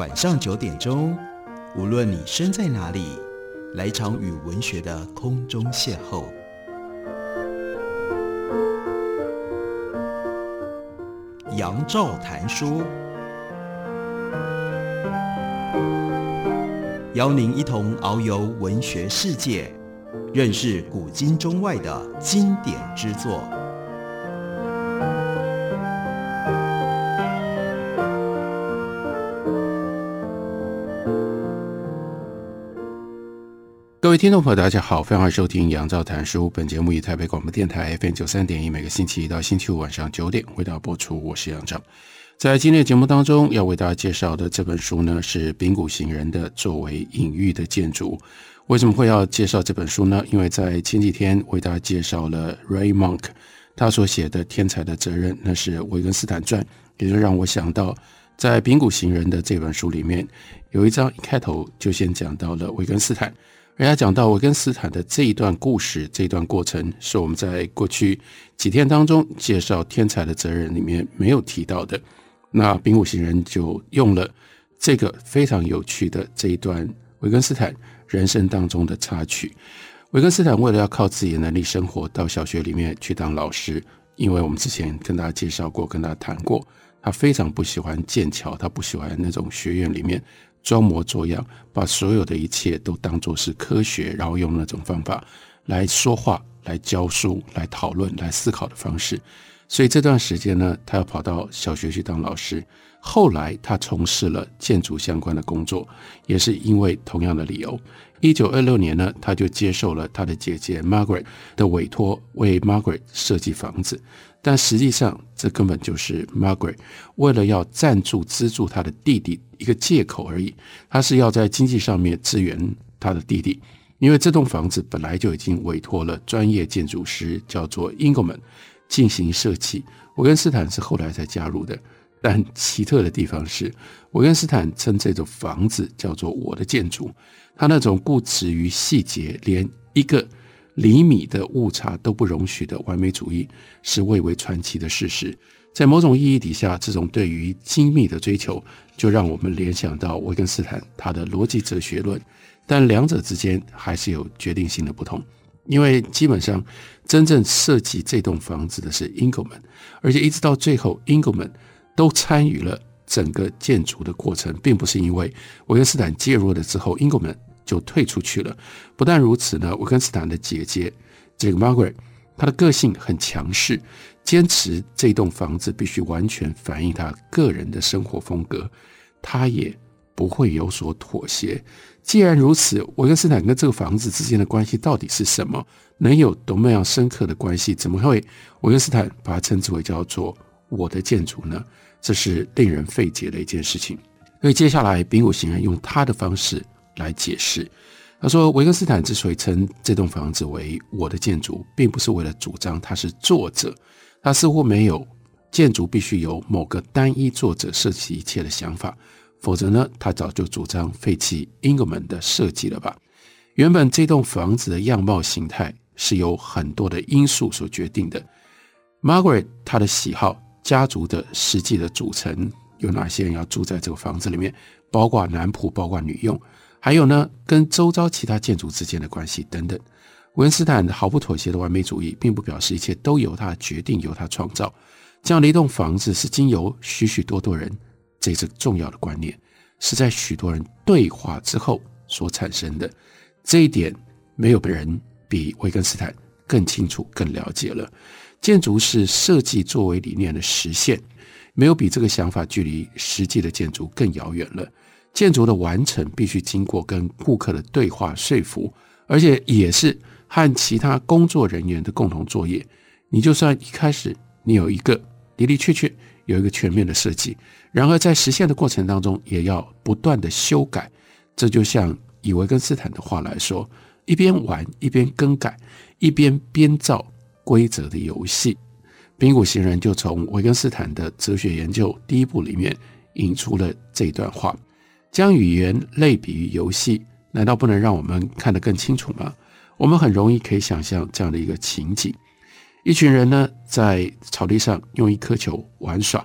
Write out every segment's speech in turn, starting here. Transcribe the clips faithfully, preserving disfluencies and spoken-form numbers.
晚上九点钟，无论你身在哪里，来场与文学的空中邂逅。杨照谈书，邀您一同遨游文学世界，认识古今中外的经典之作。 各位听众朋友大家好，欢迎收听杨照谈书，本节目以台北广播电台 F M 九十三点一 每个星期一到星期五晚上九点为大家播出，我是杨照。在今天的节目当中要为大家介绍的这本书呢，是柄谷行人的作为隐喻的建筑。为什么会要介绍这本书呢？因为在前几天为大家介绍了 Ray Monk 他所写的天才的责任，那是维根斯坦传，也就让我想到在柄谷行人的这本书里面有一章一开头就先讲到了维根斯坦，人家讲到维根斯坦的这一段故事，这一段过程是我们在过去几天当中介绍天才的责任里面没有提到的。那柄谷行人就用了这个非常有趣的这一段维根斯坦人生当中的插曲。维根斯坦为了要靠自己的能力生活，到小学里面去当老师，因为我们之前跟大家介绍过，跟大家谈过，他非常不喜欢剑桥，他不喜欢那种学院里面装模作样，把所有的一切都当作是科学，然后用那种方法来说话，来教书，来讨论，来思考的方式。所以这段时间呢，他要跑到小学去当老师。后来他从事了建筑相关的工作，也是因为同样的理由。一九二六年呢，他就接受了他的姐姐 Margaret 的委托，为 Margaret 设计房子。但实际上这根本就是 Margaret 为了要赞助资助他的弟弟一个借口而已，他是要在经济上面支援他的弟弟。因为这栋房子本来就已经委托了专业建筑师叫做 Engelmann 进行设计，维根斯坦是后来才加入的。但奇特的地方是，维根斯坦称这种房子叫做我的建筑，他那种固执于细节，连一个厘米的误差都不容许的完美主义，是蔚为传奇的事实。在某种意义底下，这种对于精密的追求就让我们联想到维根斯坦他的逻辑哲学论，但两者之间还是有决定性的不同。因为基本上真正设计这栋房子的是 Engelmann， 而且一直到最后 Engelmann 都参与了整个建筑的过程，并不是因为维根斯坦介入了之后 Engelmann 就退出去了。不但如此呢，维根斯坦的姐姐这个 Margaret 她的个性很强势，坚持这栋房子必须完全反映她个人的生活风格，她也不会有所妥协。既然如此，维根斯坦跟这个房子之间的关系到底是什么？能有多么样深刻的关系？怎么会维根斯坦把它称之为叫做我的建筑呢？这是令人费解的一件事情。所以接下来柄谷行人用他的方式来解释。他说维根斯坦之所以称这栋房子为我的建筑，并不是为了主张他是作者，他似乎没有建筑必须由某个单一作者设计一切的想法，否则呢，他早就主张废弃 Engelmann 的设计了吧。原本这栋房子的样貌形态是由很多的因素所决定的。Margaret 她的喜好，家族的实际的组成，有哪些人要住在这个房子里面，包括男仆，包括女佣，还有呢跟周遭其他建筑之间的关系等等。维根斯坦毫不妥协的完美主义，并不表示一切都由他决定，由他创造。这样的一栋房子是经由许许多多人，这是重要的观念，是在许多人对话之后所产生的。这一点没有人比维根斯坦更清楚更了解了。建筑是设计作为理念的实现，没有比这个想法距离实际的建筑更遥远了。建筑的完成必须经过跟顾客的对话说服，而且也是和其他工作人员的共同作业。你就算一开始你有一个的的确确有一个全面的设计，然而在实现的过程当中也要不断的修改。这就像以维根斯坦的话来说，一边玩一边更改，一边编造规则的游戏。柄谷行人就从维根斯坦的哲学研究第一部里面引出了这一段话。将语言类比于游戏，难道不能让我们看得更清楚吗？我们很容易可以想象这样的一个情景。一群人呢，在草地上用一颗球玩耍，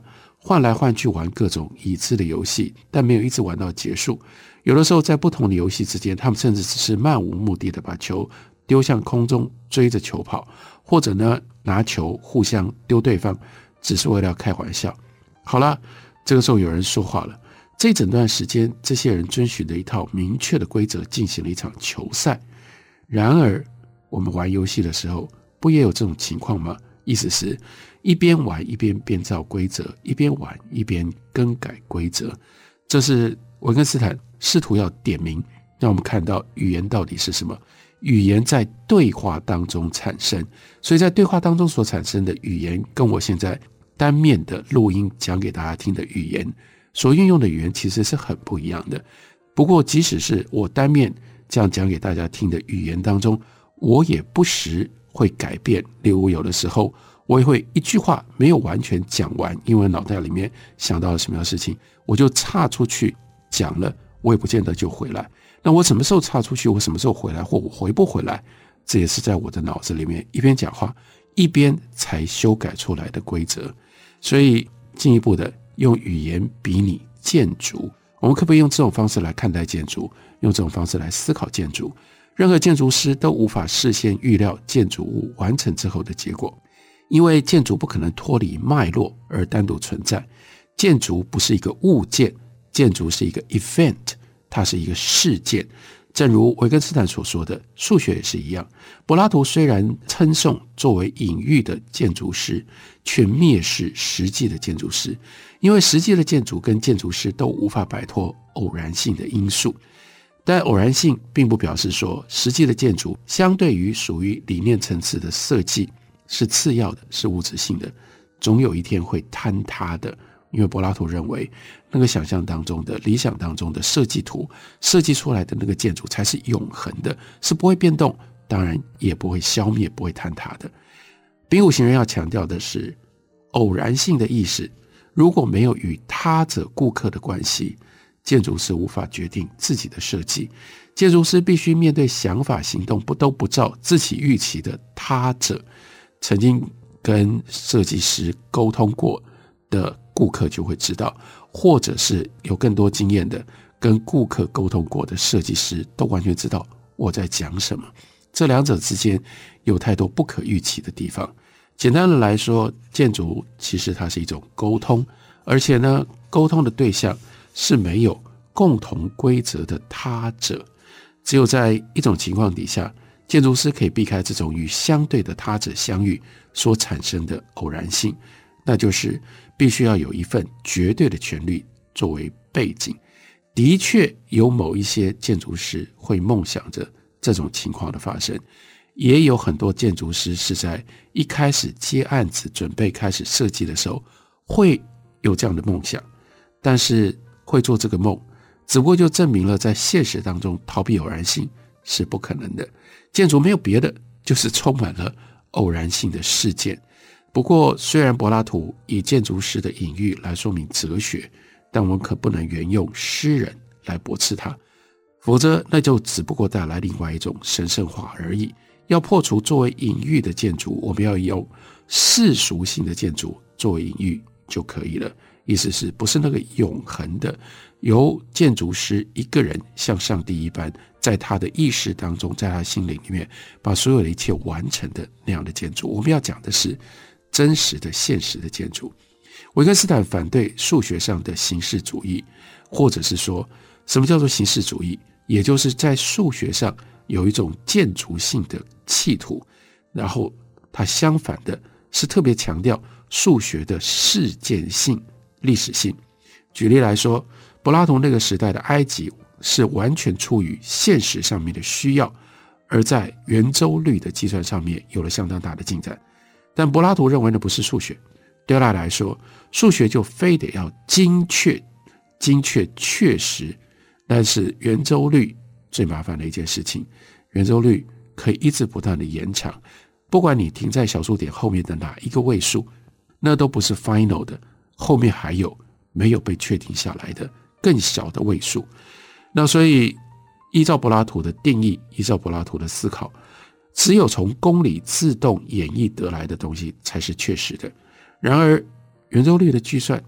换来换去玩各种已知的游戏，但没有一直玩到结束。有的时候在不同的游戏之间，他们甚至只是漫无目的的把球丢向空中，追着球跑，或者呢拿球互相丢对方，只是为了开玩笑。好了，这个时候有人说话了，这整段时间这些人遵循的一套明确的规则进行了一场球赛。然而我们玩游戏的时候不也有这种情况吗？意思是一边玩一边编造规则，一边玩一边更改规则。这是维根斯坦试图要点明，让我们看到语言到底是什么。语言在对话当中产生，所以在对话当中所产生的语言，跟我现在单面的录音讲给大家听的语言所运用的语言其实是很不一样的。不过即使是我单面这样讲给大家听的语言当中，我也不时会改变。例如有的时候我也会一句话没有完全讲完，因为脑袋里面想到了什么样的事情，我就岔出去讲了，我也不见得就回来。那我什么时候岔出去，我什么时候回来，或我回不回来，这也是在我的脑子里面一边讲话一边才修改出来的规则。所以进一步的用语言比拟建筑，我们可不可以用这种方式来看待建筑，用这种方式来思考建筑？任何建筑师都无法事先预料建筑物完成之后的结果，因为建筑不可能脱离脉络而单独存在。建筑不是一个物件，建筑是一个 event， 它是一个事件。正如维根斯坦所说的，数学也是一样。柏拉图虽然称颂作为隐喻的建筑师，却蔑视实际的建筑师，因为实际的建筑跟建筑师都无法摆脱偶然性的因素。但偶然性并不表示说实际的建筑相对于属于理念层次的设计是次要的，是物质性的，总有一天会坍塌的。因为柏拉图认为那个想象当中的理想当中的设计图设计出来的那个建筑才是永恒的，是不会变动，当然也不会消灭，不会坍塌的。丙午行人要强调的是偶然性的意识，如果没有与他者顾客的关系，建筑师无法决定自己的设计。建筑师必须面对想法行动不都不照自己预期的他者。曾经跟设计师沟通过的顾客就会知道，或者是有更多经验的跟顾客沟通过的设计师都完全知道我在讲什么。这两者之间有太多不可预期的地方。简单的来说，建筑其实它是一种沟通，而且呢，沟通的对象是没有共同规则的他者。只有在一种情况底下，建筑师可以避开这种与相对的他者相遇所产生的偶然性，那就是必须要有一份绝对的权利作为背景。的确有某一些建筑师会梦想着这种情况的发生，也有很多建筑师是在一开始接案子准备开始设计的时候会有这样的梦想，但是会做这个梦只不过就证明了在现实当中逃避偶然性是不可能的。建筑没有别的，就是充满了偶然性的事件。不过虽然柏拉图以建筑师的隐喻来说明哲学，但我们可不能沿用诗人来驳斥他，否则那就只不过带来另外一种神圣化而已。要破除作为隐喻的建筑，我们要用世俗性的建筑作为隐喻就可以了。意思是不是那个永恒的，由建筑师一个人像上帝一般，在他的意识当中，在他心灵里面把所有的一切完成的那样的建筑。我们要讲的是真实的现实的建筑。维根斯坦反对数学上的形式主义，或者是说什么叫做形式主义，也就是在数学上有一种建筑性的企图，然后他相反的是特别强调数学的事件性、历史性。举例来说，柏拉图那个时代的埃及是完全出于现实上面的需要，而在圆周率的计算上面有了相当大的进展。但柏拉图认为那不是数学，对他来说，数学就非得要精确、精确确实。但是圆周率最麻烦的一件事情，圆周率可以一直不断的延长，不管你停在小数点后面的哪一个位数，那都不是 final 的，后面还有没有被确定下来的更小的位数。那所以依照柏拉图的定义，依照柏拉图的思考，只有从公理自动演绎得来的东西才是确实的。然而圆周率的计算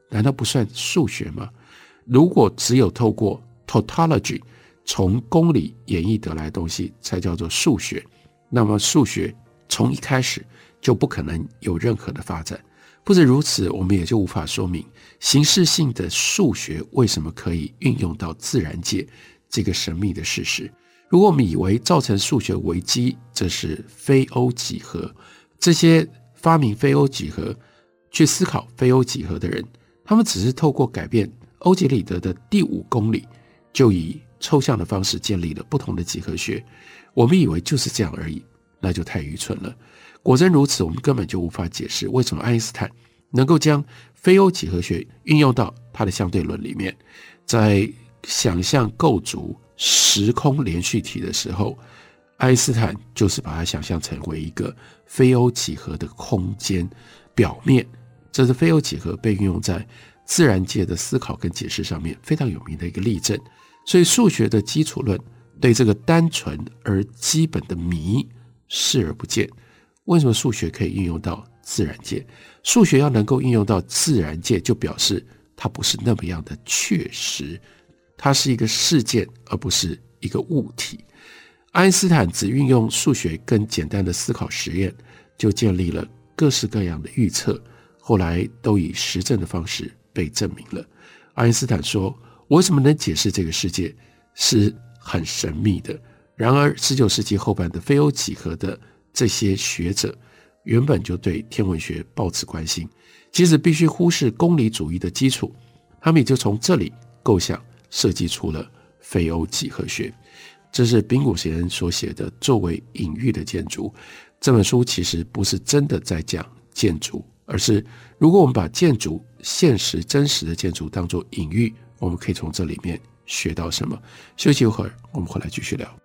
难道不算数学吗？如果只有透过 tautology 从公理演绎得来的东西才叫做数学，那么数学从一开始就不可能有任何的发展。不止如此，我们也就无法说明形式性的数学为什么可以运用到自然界这个神秘的事实。如果我们以为造成数学危机这是非欧几何，这些发明非欧几何去思考非欧几何的人，他们只是透过改变欧几里得的第五公理，就以抽象的方式建立了不同的几何学。我们以为就是这样而已，那就太愚蠢了。果真如此，我们根本就无法解释为什么爱因斯坦能够将非欧几何学运用到他的相对论里面。在想象构筑时空连续体的时候，爱因斯坦就是把它想象成为一个非欧几何的空间表面。这是非欧几何被运用在自然界的思考跟解释上面非常有名的一个例证。所以数学的基础论对这个单纯而基本的谜视而不见。为什么数学可以运用到自然界？数学要能够运用到自然界，就表示它不是那么样的确实，它是一个事件而不是一个物体。爱因斯坦只运用数学跟简单的思考实验，就建立了各式各样的预测，后来都以实证的方式被证明了。爱因斯坦说，我为什么能解释这个世界是很神秘的。然而十九世纪后半的非欧几何的这些学者原本就对天文学抱持关心，即使必须忽视公理主义的基础，他们也就从这里构想设计出了非欧几何学。这是宾古先生所写的作为隐喻的建筑。这本书其实不是真的在讲建筑，而是如果我们把建筑现实真实的建筑当作隐喻，我们可以从这里面学到什么。休息一会儿，我们回来继续聊。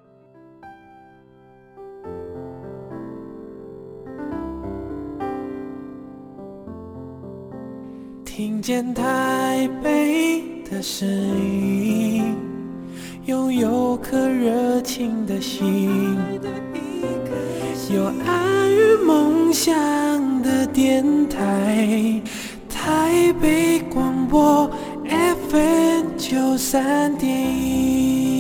听见台北的声音，拥有颗热情的心，有爱与梦想的电台，台北广播 F M 九三点一。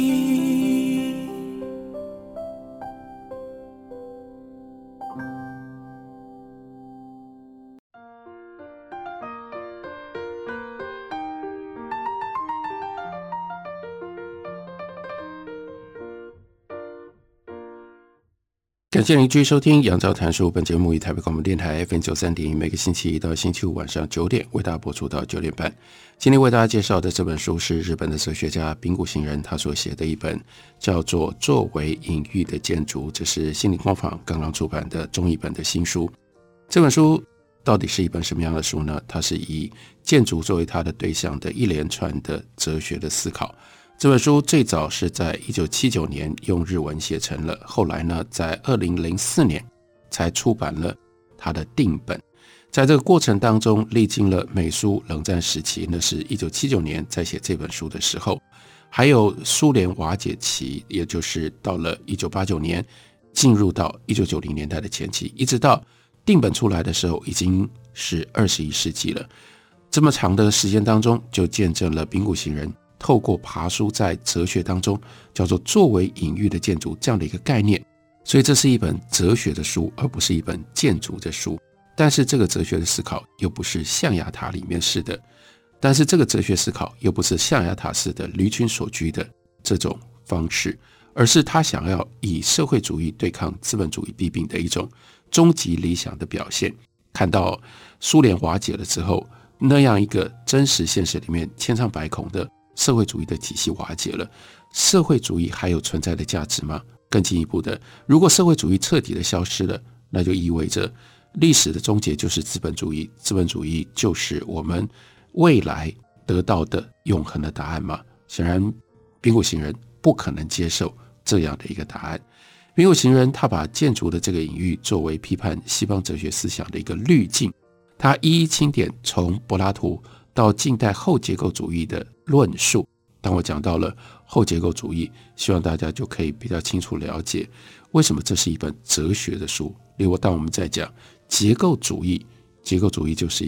感谢您继续收听杨照谈书，本节目以台北广播电台 F M 九三点一，每个星期一到星期五晚上九点为大家播出到九点半。今天为大家介绍的这本书是日本的哲学家柄谷行人他所写的一本叫做《作为隐喻的建筑》，这是心灵工坊刚刚出版的中译本的新书。这本书到底是一本什么样的书呢？它是以建筑作为它的对象的一连串的哲学的思考。这本书最早是在一九七九年用日文写成了，后来呢，在二零零四年才出版了它的定本。在这个过程当中，历经了美苏冷战时期，那是一九七九年在写这本书的时候，还有苏联瓦解期，也就是到了一九八九年，进入到一九九零年代的前期，一直到定本出来的时候，已经是二十一世纪了。这么长的时间当中，就见证了柄谷行人透过爬书在哲学当中叫做作为隐喻的建筑这样的一个概念。所以这是一本哲学的书，而不是一本建筑的书。但是这个哲学的思考又不是象牙塔里面式的，但是这个哲学思考又不是象牙塔式的离群所居的这种方式，而是他想要以社会主义对抗资本主义弊病的一种终极理想的表现。看到苏联瓦解了之后，那样一个真实现实里面千疮百孔的社会主义的体系瓦解了，社会主义还有存在的价值吗？更进一步的，如果社会主义彻底的消失了，那就意味着历史的终结就是资本主义，资本主义就是我们未来得到的永恒的答案吗？显然柄谷行人不可能接受这样的一个答案。柄谷行人他把建筑的这个隐喻作为批判西方哲学思想的一个滤镜，他一一清点从柏拉图到近代后结构主义的论述。当我讲到了后结构主义，希望大家就可以比较清楚了解为什么这是一本哲学的书。例如当我们在讲结构主义，结构主义就是一个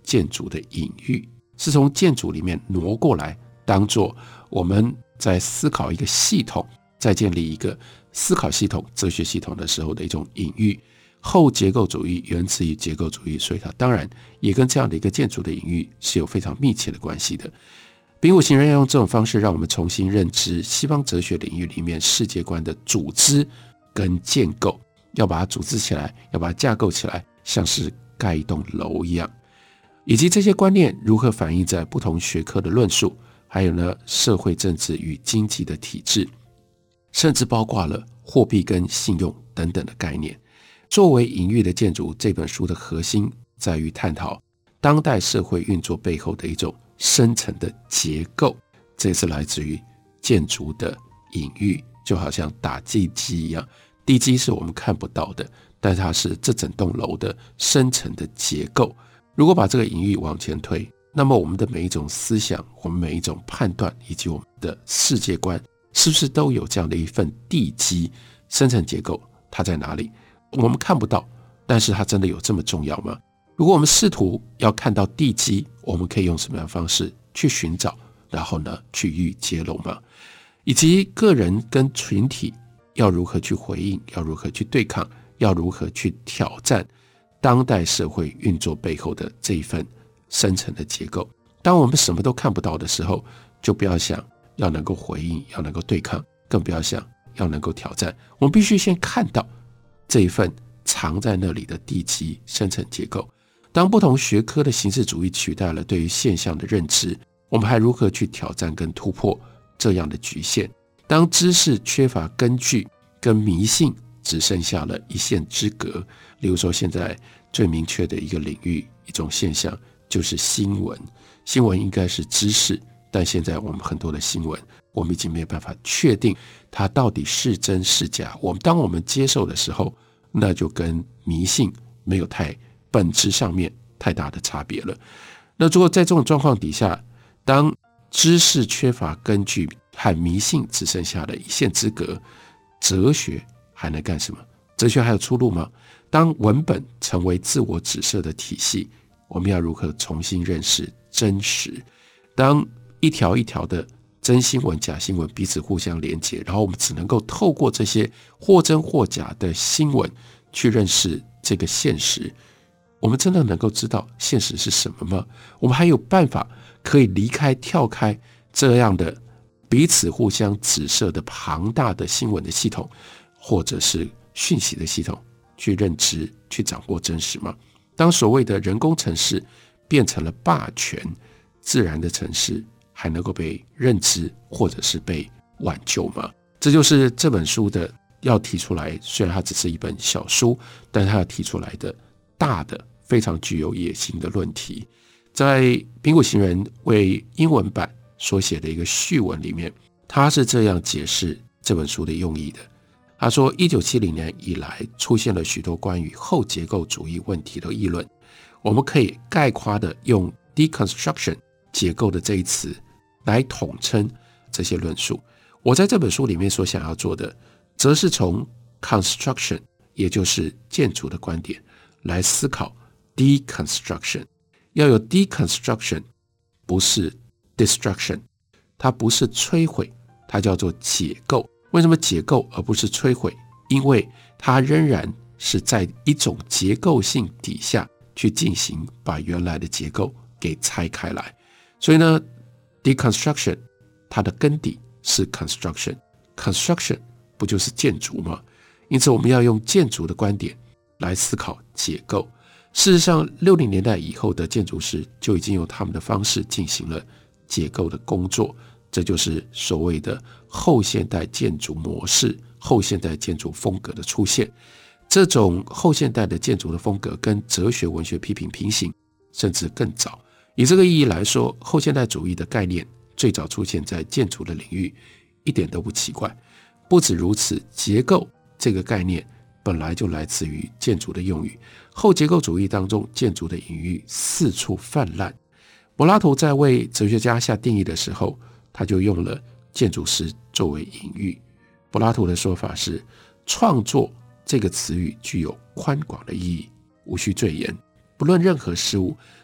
建筑的隐喻，是从建筑里面挪过来，当作我们在思考一个系统，在建立一个思考系统、哲学系统的时候的一种隐喻。后结构主义源自于结构主义，所以它当然也跟这样的一个建筑的隐喻是有非常密切的关系的。丙午行人要用这种方式让我们重新认知西方哲学领域里面世界观的组织跟建构，要把它组织起来，要把它架构起来，像是盖一栋楼一样，以及这些观念如何反映在不同学科的论述，还有呢社会政治与经济的体制，甚至包括了货币跟信用等等的概念。作为隐喻的建筑，这本书的核心在于探讨当代社会运作背后的一种深层的结构，这是来自于建筑的隐喻，就好像打地基一样，地基是我们看不到的，但它是这整栋楼的深层的结构。如果把这个隐喻往前推，那么我们的每一种思想，我们每一种判断，以及我们的世界观，是不是都有这样的一份地基深层结构？它在哪里？我们看不到，但是它真的有这么重要吗？如果我们试图要看到地基，我们可以用什么样的方式去寻找，然后呢去予以接龙吗？以及个人跟群体要如何去回应，要如何去对抗，要如何去挑战当代社会运作背后的这一份深层的结构。当我们什么都看不到的时候，就不要想要能够回应，要能够对抗，更不要想要能够挑战。我们必须先看到这一份藏在那里的地基深层结构。当不同学科的形式主义取代了对于现象的认知，我们还如何去挑战跟突破这样的局限？当知识缺乏根据，跟迷信只剩下了一线之隔，例如说现在最明确的一个领域，一种现象就是新闻。新闻应该是知识，但现在我们很多的新闻，我们已经没有办法确定它到底是真是假。我们当我们接受的时候，那就跟迷信没有太本质上面太大的差别了。那如果在这种状况底下，当知识缺乏根据和迷信只剩下了一线之隔，哲学还能干什么？哲学还有出路吗？当文本成为自我指涉的体系，我们要如何重新认识真实？当一条一条的真新闻假新闻彼此互相连结，然后我们只能够透过这些或真或假的新闻去认识这个现实，我们真的能够知道现实是什么吗？我们还有办法可以离开跳开这样的彼此互相指涉的庞大的新闻的系统，或者是讯息的系统，去认知去掌握真实吗？当所谓的人工城市变成了霸权，自然的城市还能够被认知或者是被挽救吗？这就是这本书的要提出来，虽然它只是一本小书，但它要提出来的大的非常具有野心的论题。在丙午行人为英文版所写的一个序文里面，他是这样解释这本书的用意的。他说一九七零年以来出现了许多关于后结构主义问题的议论，我们可以概括的用 deconstruction 结构的这一词来统称这些论述。我在这本书里面所想要做的，则是从 construction 也就是建筑的观点来思考 deconstruction。 要有 deconstruction， 不是 destruction， 它不是摧毁，它叫做解构。为什么解构而不是摧毁？因为它仍然是在一种结构性底下去进行把原来的结构给拆开来。所以呢 deconstruction 它的根底是 construction， construction 不就是建筑吗？因此我们要用建筑的观点来思考结构。事实上六零年代以后的建筑师就已经用他们的方式进行了结构的工作，这就是所谓的后现代建筑模式、后现代建筑风格的出现。这种后现代的建筑的风格跟哲学文学批评平行，甚至更早。以这个意义来说，后现代主义的概念最早出现在建筑的领域，一点都不奇怪。不止如此，结构这个概念本来就来自于建筑的用语。后结构主义当中，建筑的隐喻四处泛滥。柏拉图在为哲学家下定义的时候，他就用了建筑师作为隐喻。柏拉图的说法是，创作这个词语具有宽广的意义，无需赘言。不论任何事物，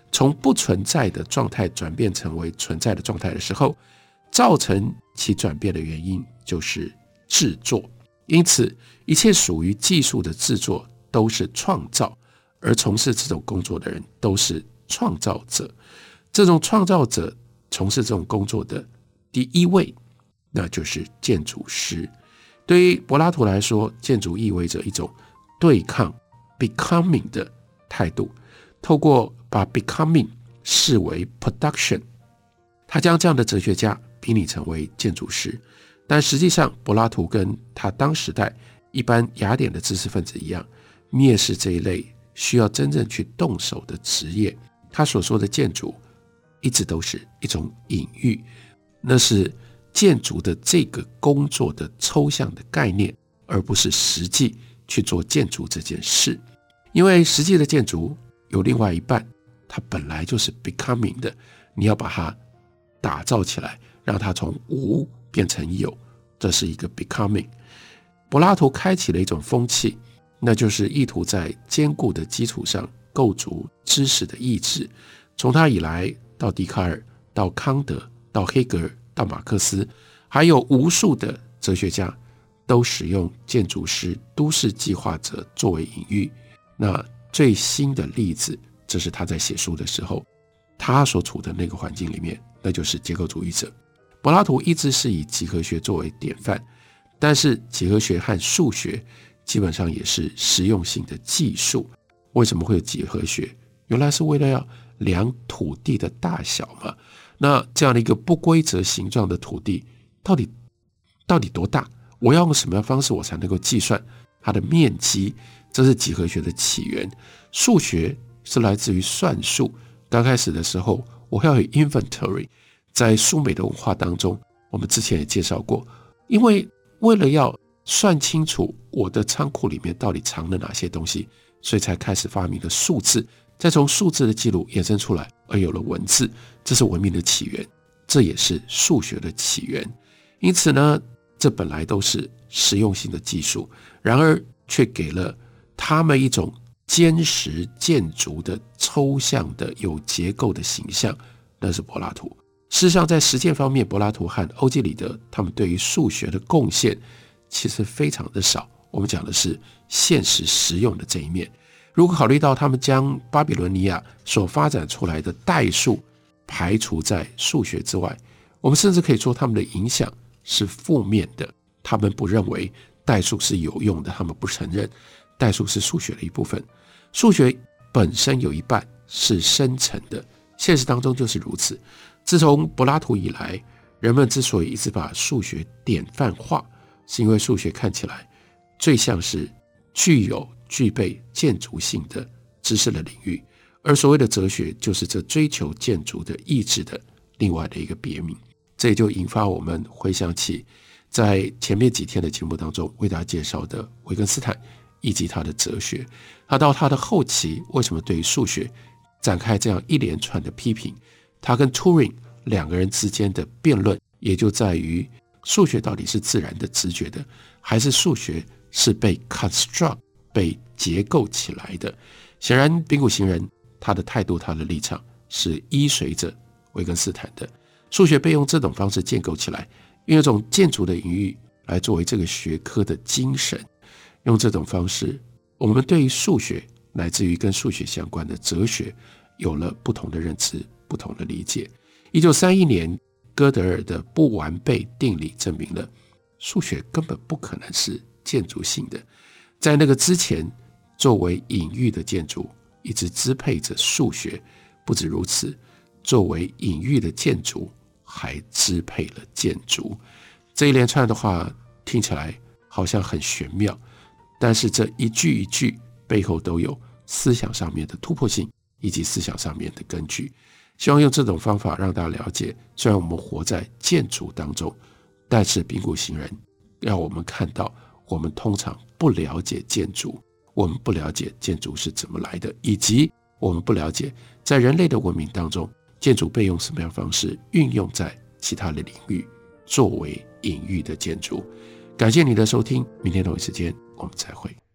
从不存在的状态转变成为存在的状态的时候，造成其转变的原因就是制作。因此一切属于技术的制作都是创造，而从事这种工作的人都是创造者。这种创造者从事这种工作的第一位，那就是建筑师。对于柏拉图来说，建筑意味着一种对抗 becoming 的态度，透过把 becoming 视为 production， 他将这样的哲学家比拟成为建筑师。但实际上柏拉图跟他当时代一般雅典的知识分子一样，蔑视这一类需要真正去动手的职业。他所说的建筑一直都是一种隐喻，那是建筑的这个工作的抽象的概念，而不是实际去做建筑这件事。因为实际的建筑有另外一半，它本来就是 becoming 的，你要把它打造起来，让它从无变成有，这是一个 becoming。 柏拉图开启了一种风气，那就是意图在坚固的基础上构筑知识的意志。从他以来，到笛卡尔，到康德，到黑格尔，到马克思，还有无数的哲学家都使用建筑师、都市计划者作为隐喻。那最新的例子，这是他在写书的时候他所处的那个环境里面，那就是结构主义者。柏拉图一直是以几何学作为典范，但是几何学和数学基本上也是实用性的技术。为什么会有几何学？原来是为了要量土地的大小嘛。那这样的一个不规则形状的土地到底到底多大？我要用什么样的方式我才能够计算它的面积？这是几何学的起源。数学是来自于算术，刚开始的时候我要有 inventory。 在苏美的文化当中，我们之前也介绍过，因为为了要算清楚我的仓库里面到底藏了哪些东西，所以才开始发明了数字，再从数字的记录衍生出来，而有了文字。这是文明的起源，这也是数学的起源。因此呢，这本来都是实用性的技术，然而却给了他们一种坚实建筑的抽象的有结构的形象，那是柏拉图。事实上在实践方面，柏拉图和欧几里得他们对于数学的贡献其实非常的少。我们讲的是现实实用的这一面。如果考虑到他们将巴比伦尼亚所发展出来的代数排除在数学之外，我们甚至可以说他们的影响是负面的。他们不认为代数是有用的，他们不承认代数是数学的一部分。数学本身有一半是生成的，现实当中就是如此。自从柏拉图以来，人们之所以一直把数学典范化，是因为数学看起来最像是具有具备建筑性的知识的领域，而所谓的哲学就是这追求建筑的意志的另外的一个别名。这也就引发我们回想起在前面几天的节目当中为大家介绍的维根斯坦以及他的哲学。他到他的后期为什么对于数学展开这样一连串的批评，他跟 Turing 两个人之间的辩论也就在于数学到底是自然的直觉的，还是数学是被 construct 被结构起来的。显然丙谷行人他的态度他的立场是依随着维根斯坦的。数学被用这种方式建构起来，用一种建筑的隐喻来作为这个学科的精神。用这种方式，我们对于数学乃至于跟数学相关的哲学有了不同的认知，不同的理解。一九三一年哥德尔的不完备定理证明了数学根本不可能是建筑性的。在那个之前，作为隐喻的建筑一直支配着数学。不止如此，作为隐喻的建筑还支配了建筑。这一连串的话听起来好像很玄妙，但是这一句一句背后都有思想上面的突破性以及思想上面的根据。希望用这种方法让大家了解，虽然我们活在建筑当中，但是丙谷行人让我们看到我们通常不了解建筑，我们不了解建筑是怎么来的，以及我们不了解在人类的文明当中建筑被用什么样的方式运用在其他的领域作为隐喻的建筑。感谢你的收听，明天同一时间我们再会。